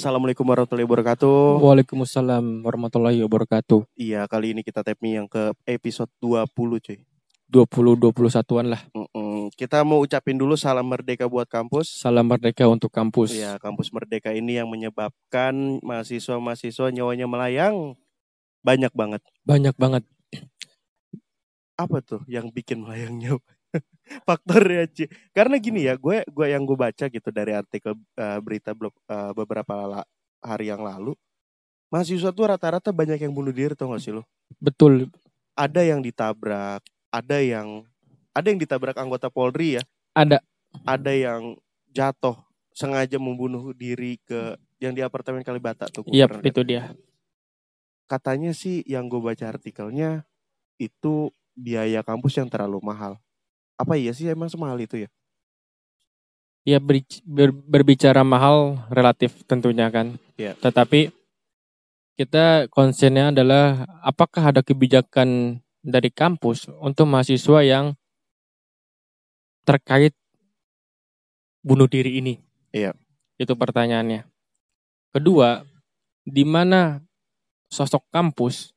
Assalamualaikum warahmatullahi wabarakatuh. Waalaikumsalam warahmatullahi wabarakatuh. Iya, kali ini kita taping yang ke episode 20 cuy. 21-an lah. Kita mau ucapin dulu salam merdeka buat kampus. Salam merdeka untuk kampus. Iya, kampus merdeka ini yang menyebabkan mahasiswa-mahasiswa nyawanya melayang. Banyak banget. Banyak banget. Apa tuh yang bikin melayangnya? Faktornya cuy. Karena gini ya, gue baca gitu dari artikel berita blog beberapa hari yang lalu. Mahasiswa tuh rata-rata banyak yang bunuh diri, tau gak sih lo? Betul. Ada yang ditabrak, ada yang ditabrak anggota Polri ya. Ada yang jatuh sengaja membunuh diri ke yang di apartemen Kalibata tuh. Iya, itu dia. Katanya sih yang gue baca artikelnya itu biaya kampus yang terlalu mahal. Apa iya sih emang semahal itu ya? Ya berbicara mahal relatif tentunya kan. Ya. Tetapi kita concernnya adalah apakah ada kebijakan dari kampus untuk mahasiswa yang terkait bunuh diri ini. Iya. Itu pertanyaannya. Kedua, di mana sosok kampus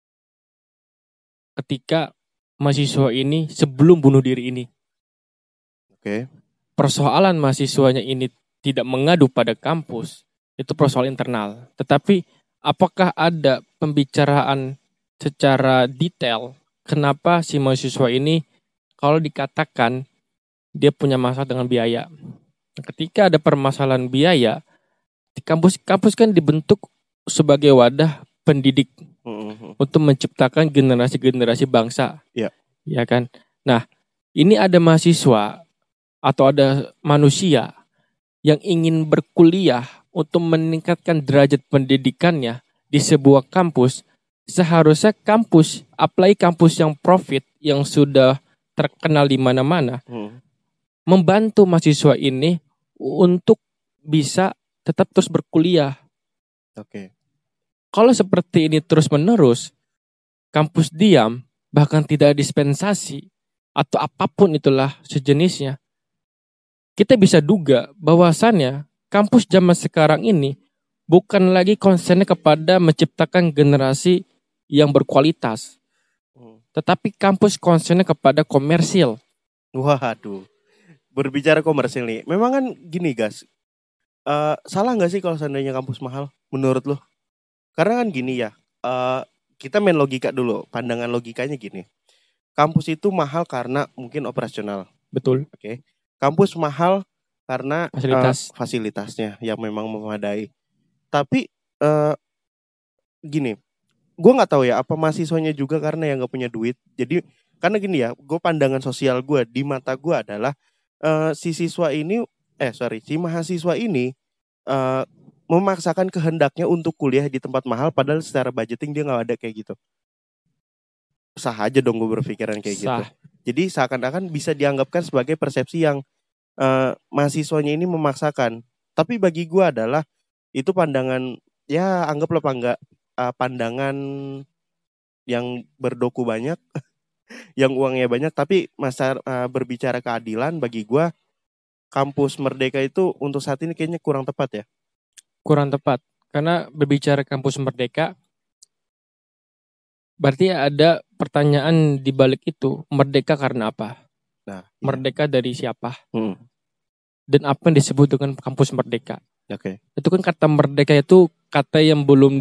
ketika mahasiswa ini sebelum bunuh diri ini? Oke. Persoalan mahasiswanya ini tidak mengadu pada kampus, itu persoalan internal. Tetapi apakah ada pembicaraan secara detail kenapa si mahasiswa ini kalau dikatakan dia punya masalah dengan biaya? Ketika ada permasalahan biaya, kampus kan dibentuk sebagai wadah pendidik untuk menciptakan generasi-generasi bangsa. Iya. Ya kan? Nah, ini ada mahasiswa atau ada manusia yang ingin berkuliah untuk meningkatkan derajat pendidikannya di sebuah kampus. Seharusnya kampus yang profit, yang sudah terkenal di mana-mana, membantu mahasiswa ini untuk bisa tetap terus berkuliah. Oke. Kalau seperti ini terus-menerus, kampus diam, bahkan tidak dispensasi, atau apapun itulah sejenisnya, kita bisa duga bahwasannya kampus zaman sekarang ini bukan lagi konsennya kepada menciptakan generasi yang berkualitas, tetapi kampus konsennya kepada komersil. Waduh, berbicara komersil nih, memang kan gini guys, salah nggak sih kalau seandainya kampus mahal menurut lo? Karena kan gini ya, kita main logika dulu, pandangan logikanya gini, kampus itu mahal karena mungkin operasional. Betul. Oke. Kampus mahal karena fasilitasnya yang memang memadai. Tapi gini, gue nggak tahu ya apa mahasiswanya juga karena yang nggak punya duit. Jadi karena gini ya, gue pandangan sosial gue di mata gue adalah si mahasiswa ini memaksakan kehendaknya untuk kuliah di tempat mahal padahal secara budgeting dia nggak ada kayak gitu. Sah aja dong gue berpikiran kayak gitu. Jadi seakan-akan bisa dianggapkan sebagai persepsi yang mahasiswanya ini memaksakan. Tapi bagi gue adalah itu pandangan, ya anggaplah pandangan yang berdoku banyak, yang uangnya banyak. Tapi berbicara keadilan bagi gue, kampus Merdeka itu untuk saat ini kayaknya kurang tepat ya. Kurang tepat, karena berbicara kampus Merdeka, berarti ada pertanyaan di balik itu, merdeka karena apa? Nah, merdeka dari siapa? Dan apa yang disebut dengan kampus merdeka? Oke. Itu kan kata merdeka itu kata yang belum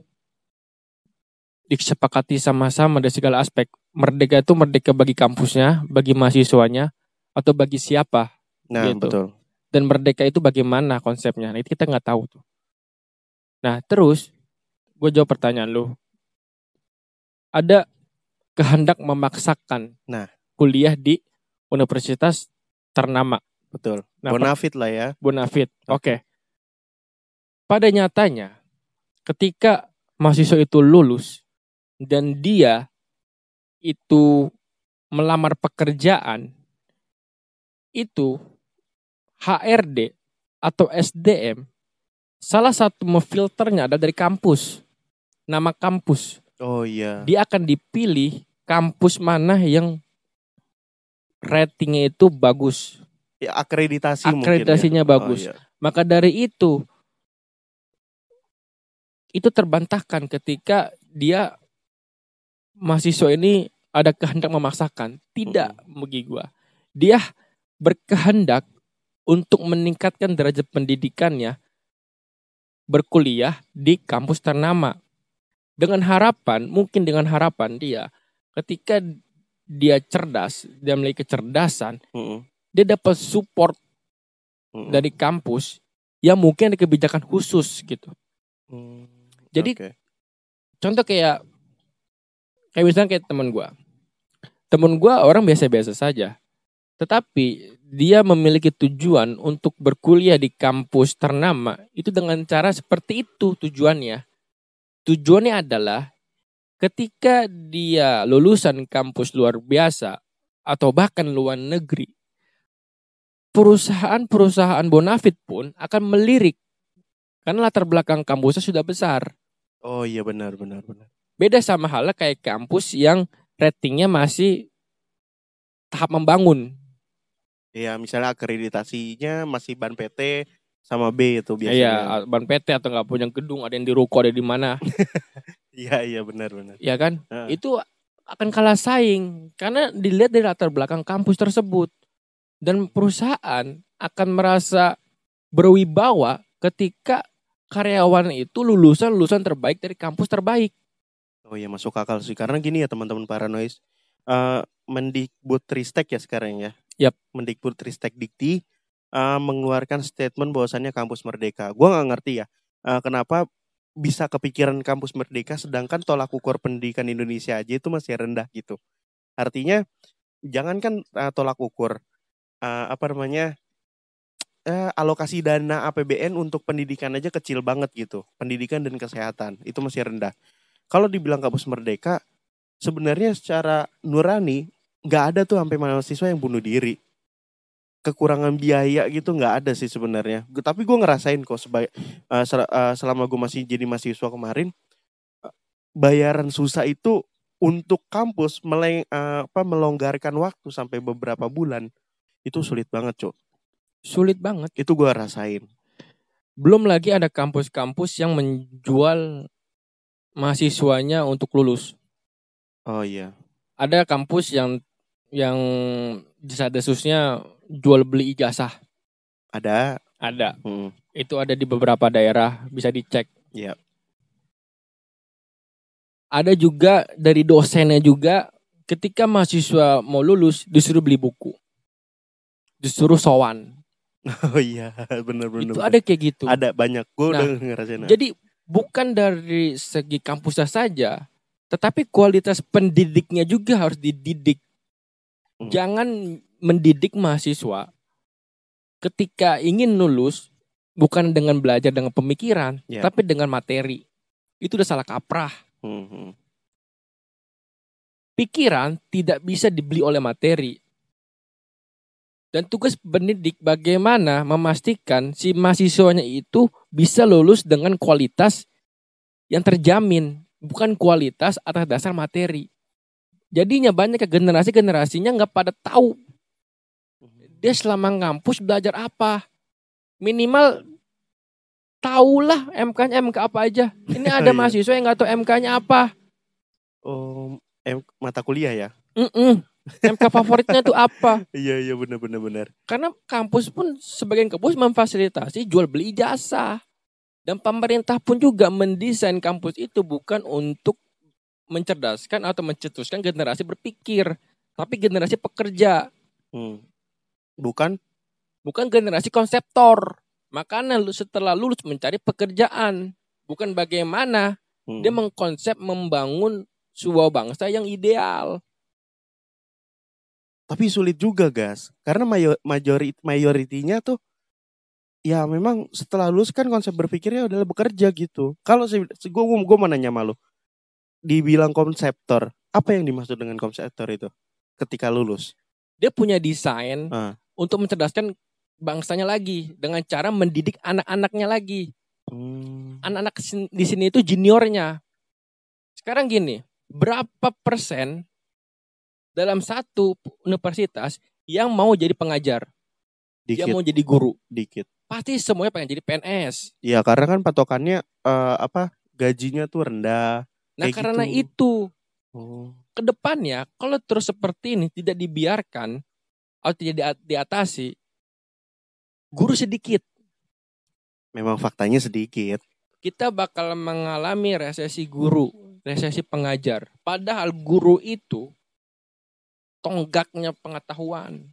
disepakati sama-sama dari segala aspek. Merdeka itu merdeka bagi kampusnya, bagi mahasiswanya, atau bagi siapa? Nah, gitu. Betul. Dan merdeka itu bagaimana konsepnya? Nah, itu kita nggak tahu tuh. Nah, terus gue jawab pertanyaan lu. Ada kehendak memaksakan kuliah di universitas ternama. Betul. Bonafit lah ya. Bonafit. Oke. Pada nyatanya, ketika mahasiswa itu lulus dan dia itu melamar pekerjaan, itu HRD atau SDM, salah satu memfilternya adalah dari kampus. Nama kampus. Oh iya. Dia akan dipilih kampus mana yang ratingnya itu bagus. Ya, akreditasinya bagus. Maka dari itu itu terbantahkan ketika dia mahasiswa ini ada kehendak memaksakan. Tidak bagi gue. Dia berkehendak untuk meningkatkan derajat pendidikannya, berkuliah di kampus ternama. Mungkin dengan harapan dia, ketika dia cerdas, dia memiliki kecerdasan, dia dapat support dari kampus yang mungkin ada kebijakan khusus gitu. Jadi contoh kayak misalnya kayak teman gue orang biasa-biasa saja, tetapi dia memiliki tujuan untuk berkuliah di kampus ternama itu dengan cara seperti itu. Tujuannya adalah ketika dia lulusan kampus luar biasa atau bahkan luar negeri, perusahaan bonafit pun akan melirik karena latar belakang kampusnya sudah besar. Oh iya benar. Beda sama halnya kayak kampus yang ratingnya masih tahap membangun. Iya, misalnya akreditasinya masih ban PT sama B itu biasanya. Iya, ban PT atau nggak punya gedung, ada yang di ruko, ada di mana. Iya benar. Iya kan? Itu akan kalah saing karena dilihat dari latar belakang kampus tersebut. Dan perusahaan akan merasa berwibawa ketika karyawan itu lulusan terbaik dari kampus terbaik. Oh iya, masuk akal sih. Karena gini ya teman-teman Paranoid, Mendikbudristek ya sekarang ya. Yap. Mendikbudristek Dikti mengeluarkan statement bahwasannya kampus merdeka. Gue nggak ngerti ya kenapa bisa kepikiran kampus merdeka sedangkan tolak ukur pendidikan Indonesia aja itu masih rendah gitu. Artinya jangankan tolak ukur alokasi dana APBN untuk pendidikan aja kecil banget gitu. Pendidikan dan kesehatan itu masih rendah. Kalau dibilang kampus merdeka, sebenarnya secara nurani nggak ada tuh sampai mahasiswa yang bunuh diri. Kekurangan biaya gitu nggak ada sih sebenarnya. Tapi gue ngerasain kok selama gue masih jadi mahasiswa kemarin, bayaran susah itu untuk kampus melonggarkan waktu sampai beberapa bulan itu sulit banget, Cok. Sulit banget. Itu gue rasain. Belum lagi ada kampus-kampus yang menjual mahasiswanya untuk lulus. Oh iya. Ada kampus yang desas-desusnya jual beli ijazah. Ada. Itu ada di beberapa daerah, bisa dicek. Iya. Ada juga dari dosennya juga, ketika mahasiswa mau lulus disuruh beli buku, disuruh sowan. Oh iya, benar. Itu ada kayak gitu. Ada banyak, gue udah ngerasain. Jadi bukan dari segi kampusnya saja, tetapi kualitas pendidiknya juga harus dididik. Jangan mendidik mahasiswa ketika ingin lulus bukan dengan belajar dengan pemikiran, tapi dengan materi. Itu udah salah kaprah. Pikiran tidak bisa dibeli oleh materi. Dan tugas pendidik bagaimana memastikan si mahasiswanya itu bisa lulus dengan kualitas yang terjamin, bukan kualitas atas dasar materi. Jadinya banyak generasinya nggak pada tahu dia selama ngampus belajar apa. Minimal tahulah MK-nya MK apa aja. Ini ada mahasiswa yang nggak tahu MK-nya apa. Oh, mata kuliah ya? MK favoritnya itu apa? Iya benar. Karena kampus pun sebagian kampus memfasilitasi jual beli ijazah. Dan pemerintah pun juga mendesain kampus itu bukan untuk mencerdaskan atau mencetuskan generasi berpikir, tapi generasi pekerja. Bukan generasi konseptor. Makanya setelah lulus mencari pekerjaan, bukan bagaimana dia mengkonsep membangun sebuah bangsa yang ideal. Tapi sulit juga, Gas. Karena mayoritinya tuh ya memang setelah lulus kan konsep berpikirnya adalah bekerja gitu. Kalau gue mau nanya sama lu, dibilang konseptor, apa yang dimaksud dengan konseptor itu ketika lulus? Dia punya desain untuk mencerdaskan bangsanya lagi dengan cara mendidik anak-anaknya lagi. Anak-anak di sini itu juniornya. Sekarang gini, berapa persen dalam satu universitas yang mau jadi pengajar? Dikit. Yang mau jadi guru? Dikit. Pasti semuanya pengen jadi PNS. Iya, karena kan patokannya gajinya tuh rendah. Nah karena gitu. itu kedepannya kalau terus seperti ini tidak dibiarkan atau tidak diatasi, guru sedikit. Memang faktanya sedikit. Kita bakal mengalami resesi guru, resesi pengajar. Padahal guru itu tonggaknya pengetahuan.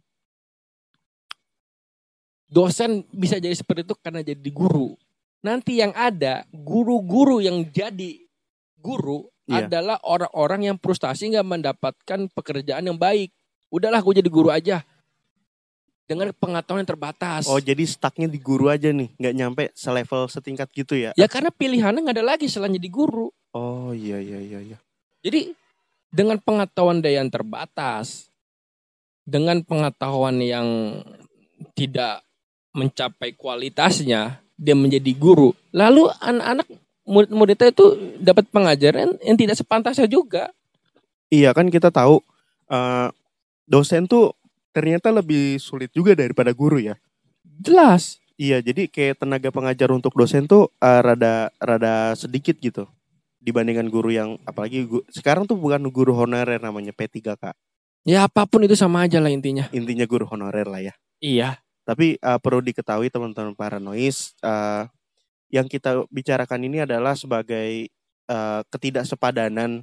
Dosen bisa jadi seperti itu karena jadi guru. Nanti yang ada, guru-guru yang jadi guru adalah orang-orang yang frustasi gak mendapatkan pekerjaan yang baik. Udahlah gue jadi guru aja. Dengan pengetahuan yang terbatas. Oh jadi stucknya di guru aja nih. Gak nyampe selevel setingkat gitu ya? Ya karena pilihannya gak ada lagi selain jadi guru. Oh iya. Jadi dengan pengetahuan dia yang terbatas. Dengan pengetahuan yang tidak mencapai kualitasnya. Dia menjadi guru. Lalu anak-anak murid-muridnya itu dapat pengajaran yang tidak sepantasnya juga. Iya kan kita tahu dosen tuh ternyata lebih sulit juga daripada guru ya. Jelas. Iya, jadi kayak tenaga pengajar untuk dosen tuh rada sedikit gitu dibandingkan guru yang apalagi sekarang tuh bukan guru honorer namanya P3K. Ya apapun itu sama aja lah intinya. Intinya guru honorer lah ya. Iya. Tapi perlu diketahui teman-teman para noise, yang kita bicarakan ini adalah sebagai ketidaksepadanan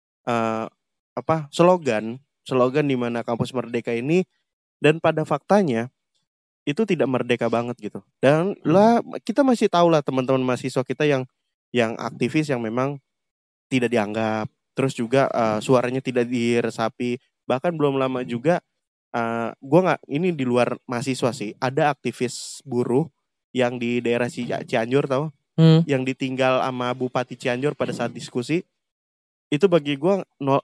slogan di mana kampus merdeka ini, dan pada faktanya itu tidak merdeka banget gitu. Dan lah kita masih tahu lah teman-teman mahasiswa kita yang aktivis yang memang tidak dianggap, terus juga suaranya tidak diresapi. Bahkan belum lama juga ini di luar mahasiswa sih, ada aktivis buruh yang di daerah Cianjur tahu, yang ditinggal sama Bupati Cianjur pada saat diskusi. Itu bagi gue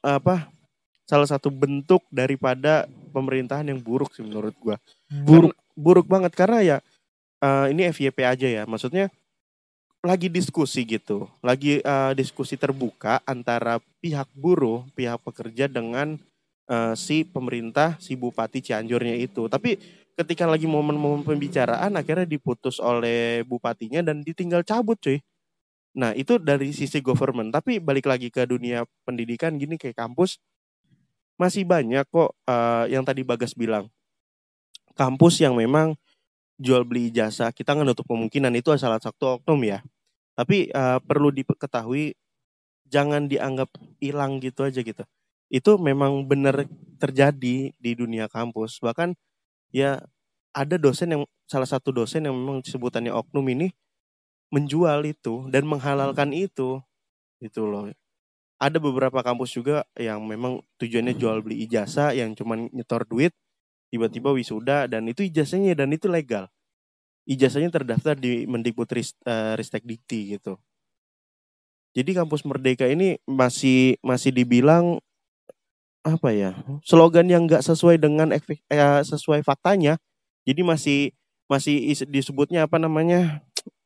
salah satu bentuk daripada pemerintahan yang buruk sih menurut gue. Buruk banget karena ya ini FYP aja ya, maksudnya lagi diskusi gitu, lagi diskusi terbuka antara pihak buruh, pihak pekerja dengan si pemerintah, si Bupati Cianjurnya itu. Tapi ketika lagi momen-momen pembicaraan akhirnya diputus oleh bupatinya dan ditinggal cabut cuy. Nah itu dari sisi government. Tapi balik lagi ke dunia pendidikan gini kayak kampus, masih banyak kok yang tadi Bagas bilang, kampus yang memang jual beli ijazah. Kita nggak nutup kemungkinan itu salah satu oknum ya. Tapi perlu diketahui, jangan dianggap hilang gitu aja gitu. Itu memang benar terjadi di dunia kampus. Bahkan ya ada salah satu dosen yang memang sebutannya oknum ini menjual itu dan menghalalkan itu. Itu loh. Ada beberapa kampus juga yang memang tujuannya jual beli ijazah yang cuma nyetor duit, tiba-tiba wisuda dan itu ijazahnya dan itu legal. Ijazahnya terdaftar di Mendikbud Ristek Dikti gitu. Jadi kampus Merdeka ini masih dibilang apa ya, slogan yang nggak sesuai dengan sesuai faktanya. Jadi masih disebutnya apa namanya,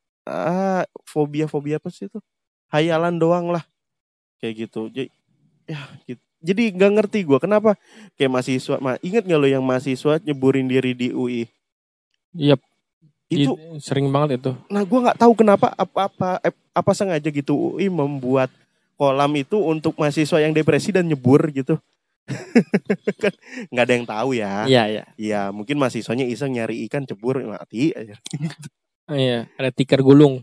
fobia apa sih itu, hayalan doang lah kayak gitu. Jadi nggak ngerti gue kenapa kayak mahasiswa, ingat nggak lo yang mahasiswa nyeburin diri di UI? Yep. Itu sering banget itu. Nah gue nggak tahu kenapa apa sengaja gitu UI membuat kolam itu untuk mahasiswa yang depresi dan nyebur gitu. Kan nggak ada yang tahu ya. Iya mungkin mahasiswanya iseng nyari ikan, cebur mati aja. Iya, ada tikar gulung.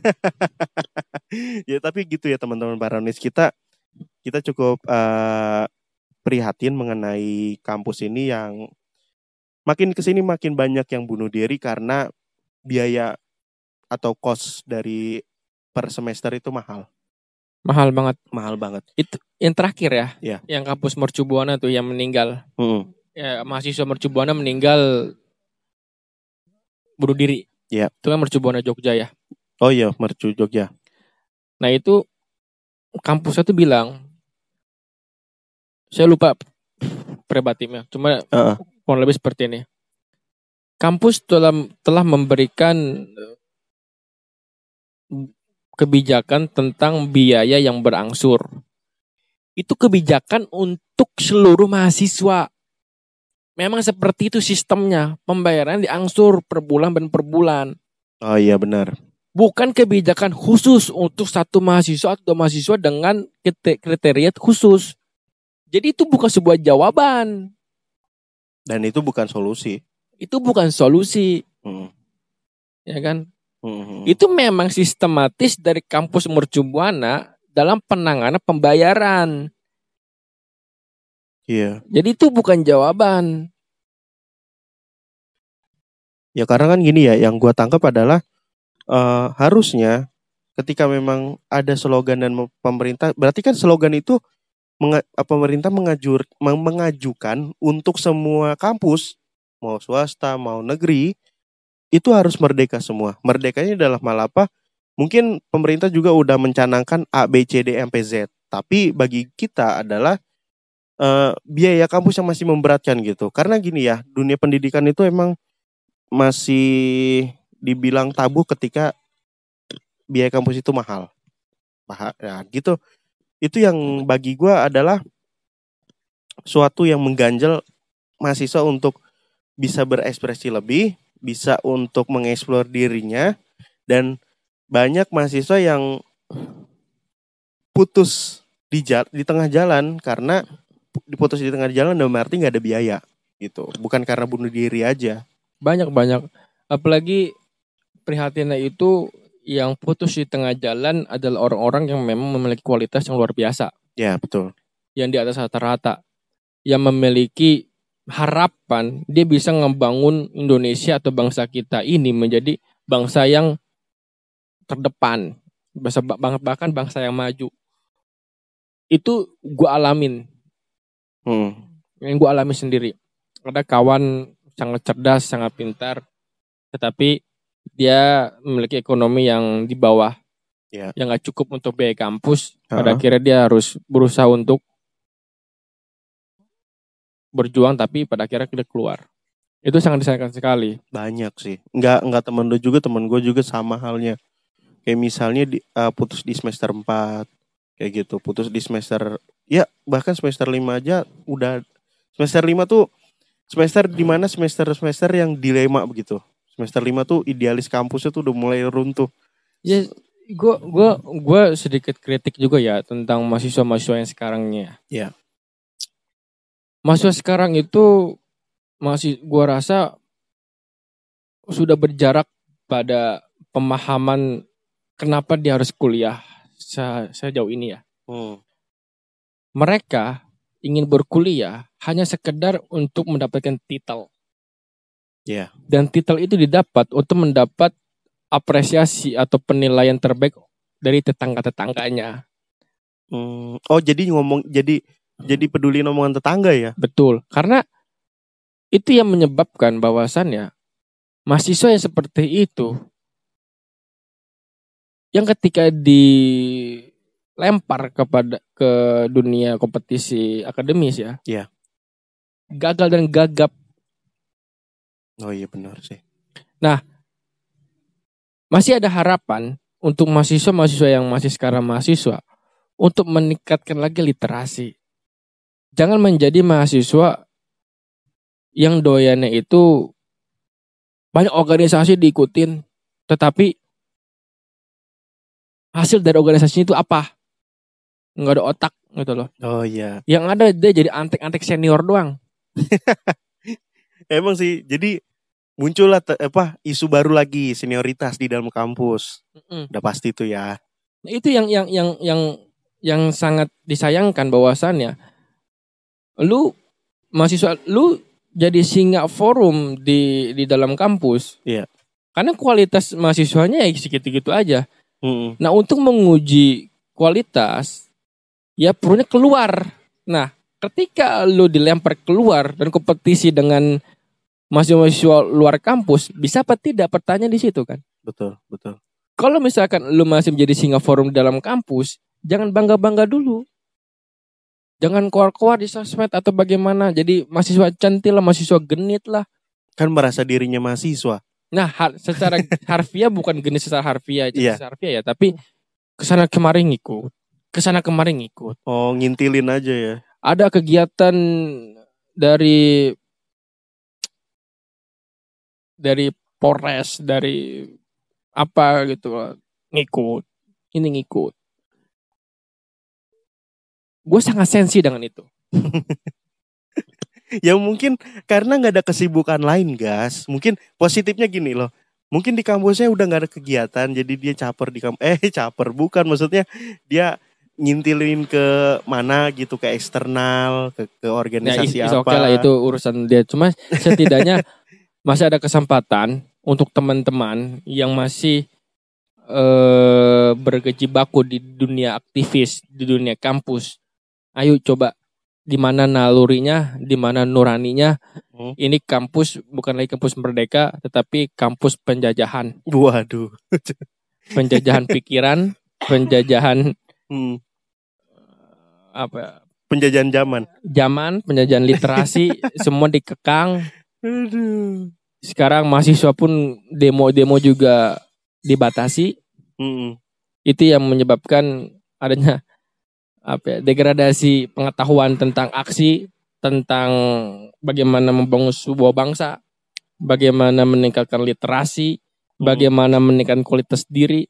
Ya tapi gitu ya teman-teman Baronis, kita cukup prihatin mengenai kampus ini yang makin kesini makin banyak yang bunuh diri karena biaya atau cost dari per semester itu mahal. Mahal banget. Itu yang terakhir ya. Yang kampus Mercu Buana tuh yang meninggal. Ya, mahasiswa Mercu Buana meninggal bunuh diri. Iya. Itu kan Mercu Buana Jogja ya. Oh iya, Mercu Jogja. Nah itu kampusnya tuh bilang, saya lupa prebatimnya, cuma kurang lebih seperti ini. Kampus telah memberikan kebijakan tentang biaya yang berangsur. Itu kebijakan untuk seluruh mahasiswa. Memang seperti itu sistemnya. Pembayaran diangsur per bulan dan per bulan. Oh iya benar. Bukan kebijakan khusus untuk satu mahasiswa atau mahasiswa dengan kriteria khusus. Jadi itu bukan sebuah jawaban. Dan itu bukan solusi. Itu bukan solusi. Ya kan? Itu memang sistematis dari kampus Mercubuana dalam penanganan pembayaran. Iya. Jadi itu bukan jawaban. Ya karena kan gini ya, yang gue tangkap adalah harusnya ketika memang ada slogan dan pemerintah, berarti kan slogan itu pemerintah mengajukan untuk semua kampus, mau swasta, mau negeri, itu harus merdeka semua. Merdekanya dalam hal apa? Mungkin pemerintah juga udah mencanangkan A, B, C, D, M, P, Z. Tapi bagi kita adalah biaya kampus yang masih memberatkan gitu. Karena gini ya, dunia pendidikan itu emang masih dibilang tabu ketika biaya kampus itu mahal. Ya gitu. Itu yang bagi gue adalah suatu yang mengganjal mahasiswa untuk bisa berekspresi lebih, bisa untuk mengeksplor dirinya, dan banyak mahasiswa yang putus di tengah jalan karena diputus di tengah jalan dalam arti nggak ada biaya gitu, bukan karena bunuh diri aja. Banyak, apalagi prihatinnya itu yang putus di tengah jalan adalah orang-orang yang memang memiliki kualitas yang luar biasa. Ya betul. Yang di atas rata-rata, yang memiliki harapan dia bisa ngebangun Indonesia atau bangsa kita ini menjadi bangsa yang terdepan, bahkan bangsa yang maju. Itu gue alamin. Yang gue alami sendiri. Ada kawan sangat cerdas, sangat pintar, tetapi dia memiliki ekonomi yang di bawah, yang gak cukup untuk biaya kampus. Pada akhirnya dia harus berusaha untuk berjuang, tapi pada akhirnya dia keluar. Itu sangat disayangkan sekali. Banyak sih. Enggak teman lu juga, teman gue juga sama halnya. Kayak misalnya putus di semester 4 kayak gitu, putus di semester, ya bahkan semester 5 aja udah. Semester 5 tuh semester dimana semester yang dilema begitu. Semester 5 tuh idealis kampusnya tuh udah mulai runtuh. Ya, gue sedikit kritik juga ya tentang mahasiswa yang sekarangnya. Ya. Mahasiswa sekarang itu masih, gue rasa sudah berjarak pada pemahaman kenapa dia harus kuliah sejauh ini ya. Mereka ingin berkuliah hanya sekedar untuk mendapatkan titel. Dan titel itu didapat untuk mendapat apresiasi atau penilaian terbaik dari tetangga-tetangganya. Oh, jadi peduli omongan tetangga ya? Betul, karena itu yang menyebabkan bahwasannya mahasiswa yang seperti itu, yang ketika dilempar ke dunia kompetisi akademis ya, gagal dan gagap. Oh iya benar sih. Nah, masih ada harapan untuk mahasiswa yang masih sekarang mahasiswa untuk meningkatkan lagi literasi. Jangan menjadi mahasiswa yang doyannya itu banyak organisasi diikutin, tetapi hasil dari organisasi itu apa? Nggak ada otak gitu loh. Oh iya. Yang ada dia jadi antek-antek senior doang. Emang sih, jadi muncullah isu baru lagi, senioritas di dalam kampus. Udah pasti itu ya. Nah, itu yang sangat disayangkan bahwasannya lu mahasiswa lu jadi singa forum di dalam kampus. Iya. Karena kualitas mahasiswanya ya segitu-gitu aja. Nah, untuk menguji kualitas ya perlunya keluar. Nah, ketika lu dilempar keluar dan kompetisi dengan mahasiswa luar kampus, bisa apa tidak? Pertanyaan di situ kan. Betul. Kalau misalkan lu masih menjadi singa forum di dalam kampus, jangan bangga-bangga dulu. Jangan keluar-keluar di sosmed atau bagaimana. Jadi mahasiswa centil lah, mahasiswa genit lah. Kan merasa dirinya mahasiswa. Nah, secara harfiah bukan genit secara harfiah, secara harfiah ya, tapi kesana kemarin ngikut. Oh, ngintilin aja ya. Ada kegiatan dari Polres, dari apa gitu ngikut, ini ngikut. Gue sangat sensi dengan itu. Ya mungkin karena nggak ada kesibukan lain, gas. Mungkin positifnya gini loh. Mungkin di kampusnya udah nggak ada kegiatan, jadi dia caper di kampus. Caper bukan, maksudnya dia nyintilin ke mana gitu, ke eksternal, ke organisasi Ya, apa. oke lah, itu urusan dia. Cuma setidaknya masih ada kesempatan untuk teman-teman yang masih berkecimpung di dunia aktivis, di dunia kampus. Ayo coba, di mana nalurinya, di mana nuraninya. Ini kampus bukan lagi kampus merdeka, tetapi kampus penjajahan. Waduh. Penjajahan pikiran, penjajahan apa? Penjajahan zaman. Penjajahan literasi, semua dikekang. Aduh. Sekarang mahasiswa pun demo-demo juga dibatasi. Itu yang menyebabkan adanya degradasi pengetahuan tentang aksi, tentang bagaimana membangun sebuah bangsa, bagaimana meningkatkan literasi, bagaimana meningkatkan kualitas diri.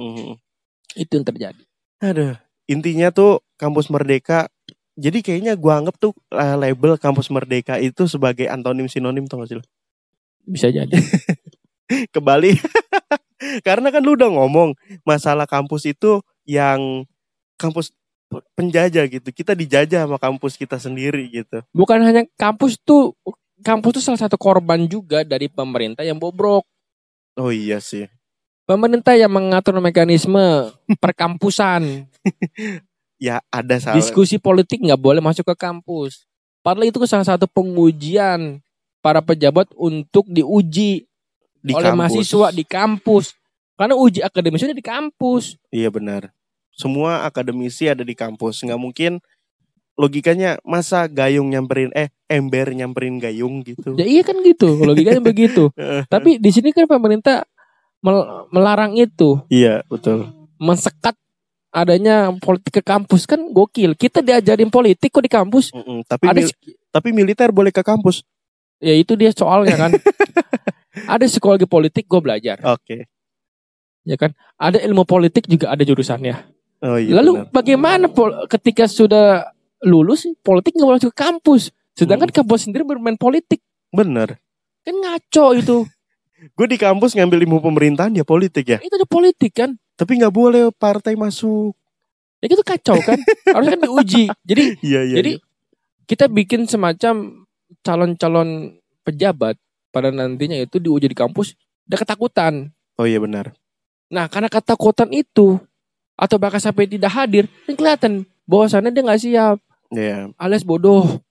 Itu yang terjadi. Aduh, intinya tuh kampus merdeka. Jadi kayaknya gua anggap tuh label kampus merdeka itu sebagai antonim sinonim, tau gak sih lo? Bisa jadi. Kembali. Karena kan lu udah ngomong masalah kampus itu yang kampus penjajah gitu. Kita dijajah sama kampus kita sendiri gitu. Bukan hanya kampus tuh salah satu korban juga dari pemerintah yang bobrok. Oh iya sih. Pemerintah yang mengatur mekanisme perkampusan. Ya ada salah. Diskusi politik nggak boleh masuk ke kampus. Padahal itu salah satu pengujian para pejabat untuk diuji oleh mahasiswa di kampus. Karena uji akademisnya di kampus. Iya benar. Semua akademisi ada di kampus. Nggak mungkin, logikanya masa gayung nyamperin ember nyamperin gayung gitu. Ya iya kan gitu, logikanya begitu. Tapi di sini kan pemerintah melarang itu. Iya betul. Mensekat adanya politik ke kampus, kan gokil. Kita diajarin politik kok di kampus. Tapi militer boleh ke kampus. Ya itu dia soalnya kan. Ada psikologi politik gue belajar. Oke. Ya kan, ada ilmu politik juga ada jurusannya. Oh, iya, lalu benar. Bagaimana ketika sudah lulus politik nggak boleh ke kampus, sedangkan kampus sendiri bermain politik. Bener. Kan ngaco itu. Gue di kampus ngambil ilmu pemerintahan ya politik ya. Itu ada politik kan. Tapi nggak boleh partai masuk. Ya itu kacau kan. Harusnya kan diuji. Jadi jadi kita bikin semacam calon-calon pejabat pada nantinya itu diuji di kampus, ada ketakutan. Oh iya benar. Nah karena ketakutan itu, atau bahkan sampai tidak hadir, kan kelihatan bahwasannya dia nggak siap. Yeah. Alias bodoh.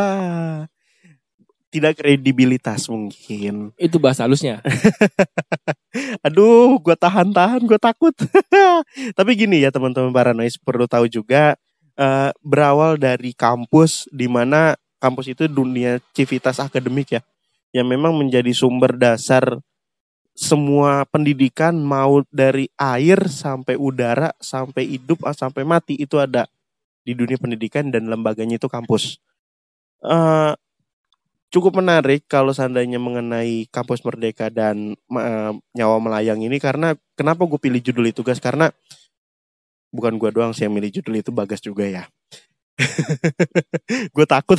Tidak kredibilitas mungkin. Itu bahasa halusnya. Aduh, gue tahan-tahan, gue takut. Tapi gini ya teman-teman Paranoid, perlu tahu juga berawal dari kampus, di mana kampus itu dunia civitas akademik ya, yang memang menjadi sumber dasar semua pendidikan, mau dari air sampai udara, sampai hidup, sampai mati, itu ada di dunia pendidikan dan lembaganya itu kampus. Cukup menarik kalau seandainya mengenai kampus merdeka dan nyawa melayang ini, karena kenapa gue pilih judul itu guys, karena bukan gue doang sih yang milih judul itu, Bagas juga ya. Gue takut.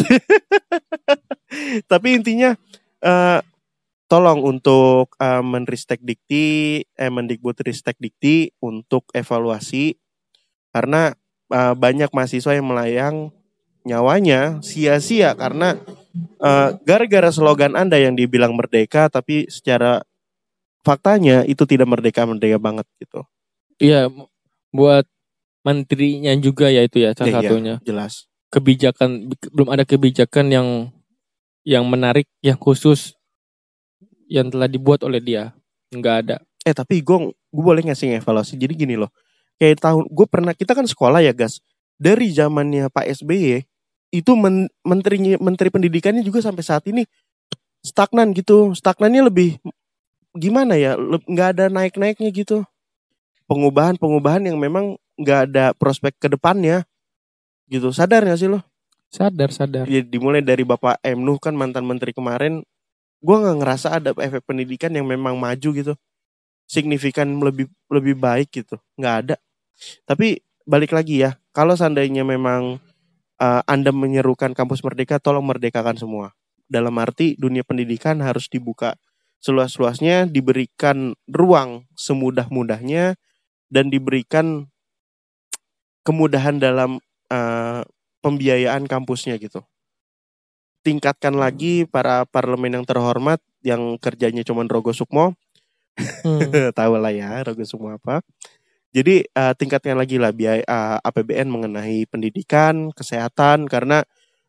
Tapi intinya tolong untuk Menristek Dikti, Mendikbudristek Dikti untuk evaluasi, karena banyak mahasiswa yang melayang nyawanya sia-sia karena gara-gara slogan Anda yang dibilang merdeka, tapi secara faktanya itu tidak merdeka-merdeka banget gitu. Iya, buat menterinya juga ya itu ya salah satunya. Jelas. Kebijakan, belum ada kebijakan yang menarik, yang khusus yang telah dibuat oleh dia, nggak ada. Tapi gue boleh ngasih evaluasi. Jadi gini loh, kayak kita kan sekolah ya guys, dari zamannya Pak SBY itu menteri pendidikannya juga sampai saat ini stagnan gitu. Stagnannya lebih gimana ya, nggak ada naik-naiknya gitu. Pengubahan yang memang nggak ada prospek ke depannya gitu. Sadar gak sih lo? Sadar. Ya, dimulai dari Bapak M. Nuh kan mantan menteri kemarin, gue nggak ngerasa ada efek pendidikan yang memang maju gitu. signifikan lebih baik gitu, nggak ada. Tapi balik lagi ya, kalau seandainya memang Anda menyerukan kampus merdeka, tolong merdekakan semua. Dalam arti dunia pendidikan harus dibuka seluas-luasnya, diberikan ruang semudah-mudahnya, dan diberikan kemudahan dalam pembiayaan kampusnya gitu. Tingkatkan lagi para parlemen yang terhormat yang kerjanya cuma Rogo Sukmo. Tahu lah ya Rogo Sukmo apa. Jadi tingkatkan lagi lah biaya APBN mengenai pendidikan, kesehatan, karena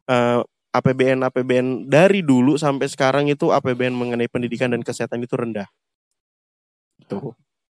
APBN dari dulu sampai sekarang itu APBN mengenai pendidikan dan kesehatan itu rendah. Tuh.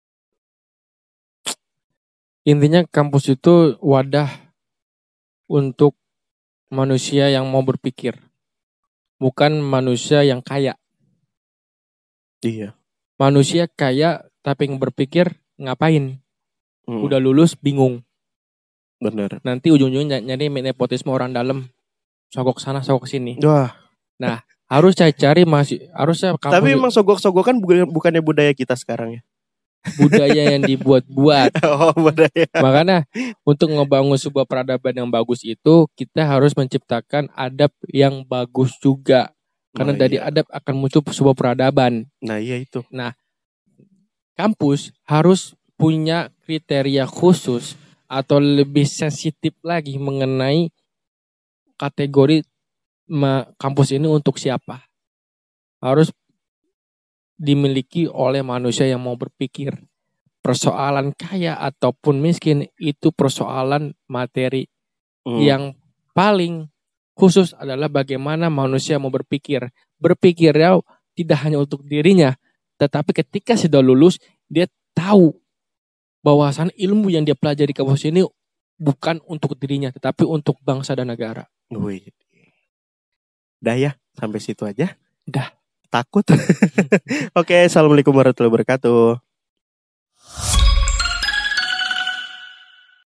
Intinya kampus itu wadah untuk manusia yang mau berpikir, bukan manusia yang kaya. Iya. Manusia kaya tapi yang berpikir ngapain? Udah lulus bingung. Bener. Nanti ujung-ujungnya nyari nepotisme orang dalam, sogok sana sogok sini. Wah. Nah, harus cari harusnya kampus. Tapi emang sogok-sogokan bukannya budaya kita sekarang ya? Budaya yang dibuat-buat. Oh, budaya. Makanya untuk ngebangun sebuah peradaban yang bagus itu kita harus menciptakan adab yang bagus juga. Karena dari adab akan muncul sebuah peradaban. Nah, iya itu. Nah, kampus harus punya kriteria khusus atau lebih sensitif lagi mengenai kategori kampus ini untuk siapa. Harus dimiliki oleh manusia yang mau berpikir. Persoalan kaya ataupun miskin itu persoalan materi. Yang paling khusus adalah bagaimana manusia mau berpikir. Berpikirnya tidak hanya untuk dirinya, tetapi ketika sudah lulus dia tahu bahwasan ilmu yang dia pelajari di kampus ini bukan untuk dirinya, tetapi untuk bangsa dan negara. Wih. Dah ya, sampai situ aja. Dah. Takut. Oke, assalamualaikum warahmatullahi wabarakatuh.